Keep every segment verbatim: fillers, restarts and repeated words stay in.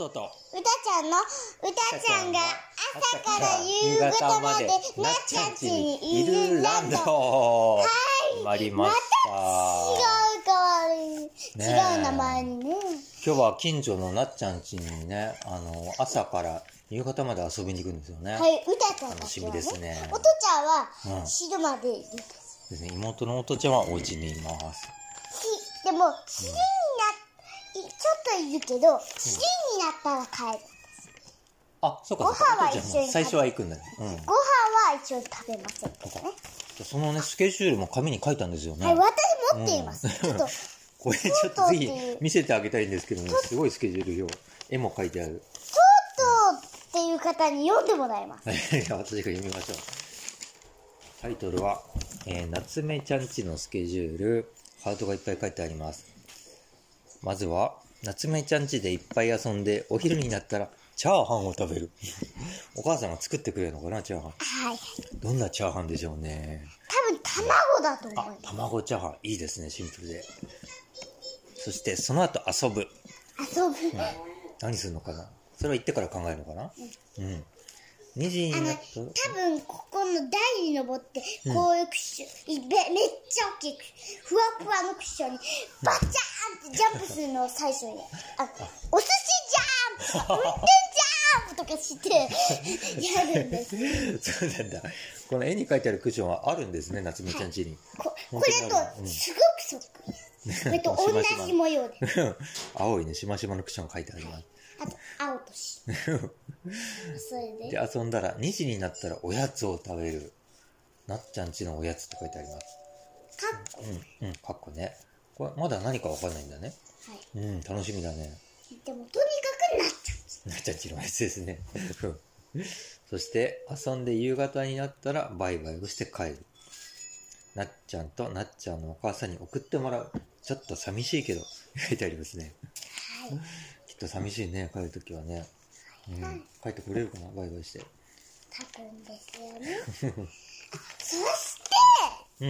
ととうたちゃんのうたちゃんが朝から夕方までなっちゃんちにいるランド。はい、 決まりました。 また違う変わり、ね、違う名前にね。 今日は近所のなっちゃんちにね、あの朝から夕方まで遊びに行くんですよね。 はい、うたちゃん、ね、 楽しみですね。 おとちゃんは昼までいるんです。 ですね。妹のおとちゃんはお家にいます。 でもしちじになっ、ちょっといるけどしちじになったら帰る。 あ、そうかそうか。ご飯は一緒に最初は行くんだね。うん、ご飯は一緒に食べませんけどね。 そのねスケジュールも紙に書いたんですよね。 はい、私持っています。うん、ちょっとこれちょっとぜひ見せてあげたいんですけどね、すごいスケジュール表、絵も書いてある。 ちょっとっていう方に読んでもらいます。 いや、私が読みましょう。タイトルは、えー、夏目ちゃんちのスケジュール、ハートがいっぱい書いてあります。まずは、夏目ちゃんちでいっぱい遊んで、お昼になったらチャーハンを食べる。お母さんが作ってくれるのかな、チャーハン。 はい。どんなチャーハンでしょうね。 多分卵だと思います。 あ、卵チャーハン、いいですね、シンプルで。そしてその後遊ぶ。 遊ぶ、うん、 何するのかな。それは行ってから考えるのかな。うん、うん、にじになったら多分ここの台に登ってこういうクッション、うん、めっちゃ大きいふわふわのクッションにバチャーンってジャンプするのを最初にあお寿司ジャンプ運転ジャンプとかしてやるんです。 そうなんだ。この絵に描いてあるクッションはあるんですね、夏目ちゃん家に。 こ, これとすごくそっくりです。これと同じ模様で青いね、しましまのクッションが書いてあります。 あと青としそれでで遊んだらにじになったらおやつを食べる。なっちゃんちのおやつって書いてあります。 かっこうんうん、かっこね。これまだ何かわかんないんだね。はい、うん、楽しみだね。 でもとにかくなっちゃんちなっちゃんちのおやつですね。そして遊んで夕方になったらバイバイをして帰る。なっちゃんとなっちゃんのお母さんに送ってもらう。ちょっと寂しいけど書いてありますね。はい、きっと寂しいね、帰るときはね。うん、帰ってくれるかな、バイバイして。 多分ですよね。そして、うん、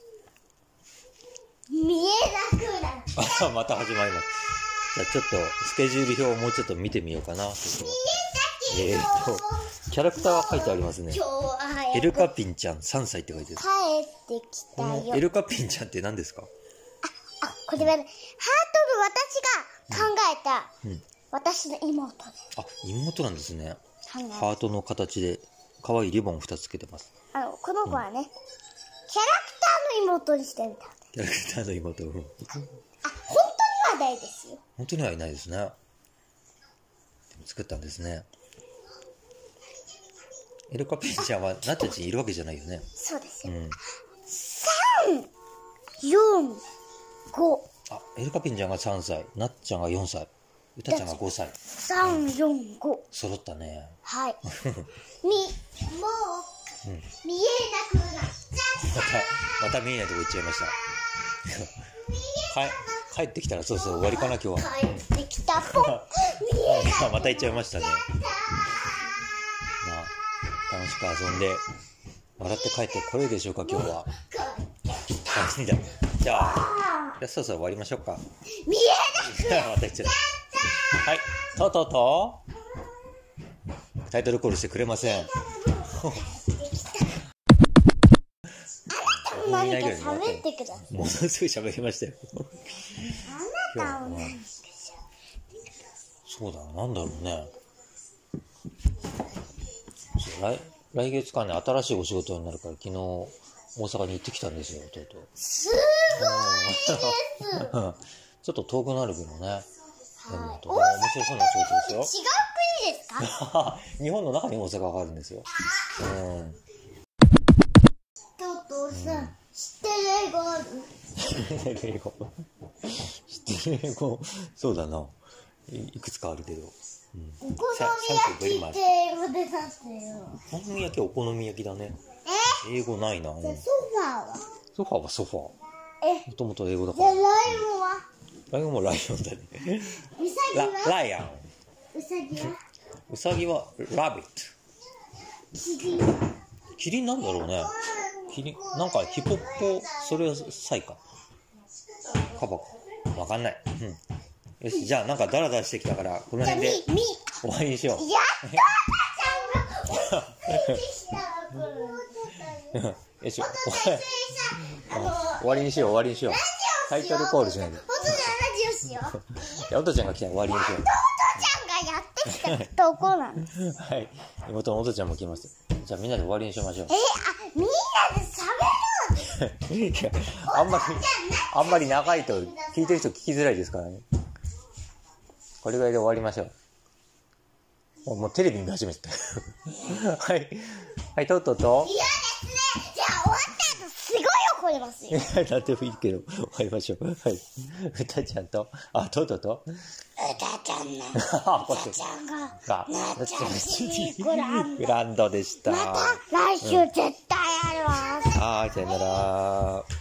見えなくなる。 あ、また始まります。じゃあちょっとスケジュール表をもうちょっと見てみようかな。見えたけど、 えー、とキャラクターが書いてありますね。エルカピンちゃんさんさいって書いてある。 帰ってきたよ。 このエルカピンちゃんって何ですか？ あ、あ、これはね、ハートの私が考えた、うんうん、私の妹です。 あ、妹なんですね。ハートの形で可愛いリボンをふたつつけてます。 あのこの子はね、うん、キャラクターの妹にしてみた。 キャラクターの妹。あ、本当にはないですよ。 本当にはいないですね。でも作ったんですね。エルカピンちゃんはなっちゃんちにいるわけじゃないよね。 そうですよ。うん、さん、よん、ご。 あ、エルカピンちゃんがさんさい、なっちゃんがよんさい、うたちゃんがごさい。 さん、よん、ご。揃ったね。 はい。み、もう、うん、見えなくなっちゃった。 また、また見えないとこ行っちゃいました。はい。帰ってきたらそうそう終わりかな、今日は。 帰ってきたぽん。見えなくなっちゃった。 また行っちゃいましたね。まあ、楽しく遊んで、笑って帰ってこれるでしょうか、今日は。いいんだ。じゃあ、じゃあそろそろ終わりましょうか。 見えなくなっちゃった。 また行っちゃった。はい。とととタイトルコールしてくれません。 何か喋ってください。 ものすごい喋りましたよ。 あなたを何か喋って。 そうだな、なんだろうね。来来月間ね、新しいお仕事になるから、昨日大阪に行ってきたんですよ、弟。 すごいです。 ちょっと遠くなるけどね。 はい、 面白そうな仕事ですよ。 違う国ですか？ 日本の中に大阪があるんですよ。うん。 お父さん、うん、知ってる英語ある？ 知ってる英語。知ってる英語、そうだな。いくつかあるけど。 うん、お好み焼きって英語で出すよ。 お好み焼きはお好み焼きだね。 え？ 英語ないな。 ソファーは？ ソファーはソファー。 え？ もともと英語だから。 じゃあライオンは？ ライオンもライオンだね。 ウサギは？ ラ、ライアン。 ウサギは？ ウサギはラビット。 キリン。 キリンなんだろうね。キリン、なんかヒポッポ、それはサイか。カバか。わかんない。うん。 よし、じゃあなんかダラダラしてきたから、このじゃあ、 辺でみ、み、 終わりにしよう。 やっと赤ちゃんが追いついてきたら来る。 よし、 お父さん、一緒にさ、あの、 終わりにしよう、終わりにしよう。タイトルコールしないで。 お父さん、ラジオしよう。 じゃあ、おとちゃんが来たら終わりにしよお父ちゃんがやってきたとこなん。 う。はい。妹のおとちゃんも来ます。じゃあみんなで終わりにしましょうえ。あ、みんなで喋る。 いや、あんまり、あんまり長いと聞いてる人聞きづらいですからね。これぐらいで終わりましょう。もう、もうテレビ見始めてた。はい。はい、とっとと。 嫌ですね。じゃあ終わった後すごい怒りますよ。 いや、なんでもいいけど、終わりましょう。はい。うたちゃんと、あ、とっとと。 うたちゃんの、うあ、 たちゃんが、 が、 なっちゃんちグランド。 グランドでした。 また来週絶対やります。 はい、さよなら。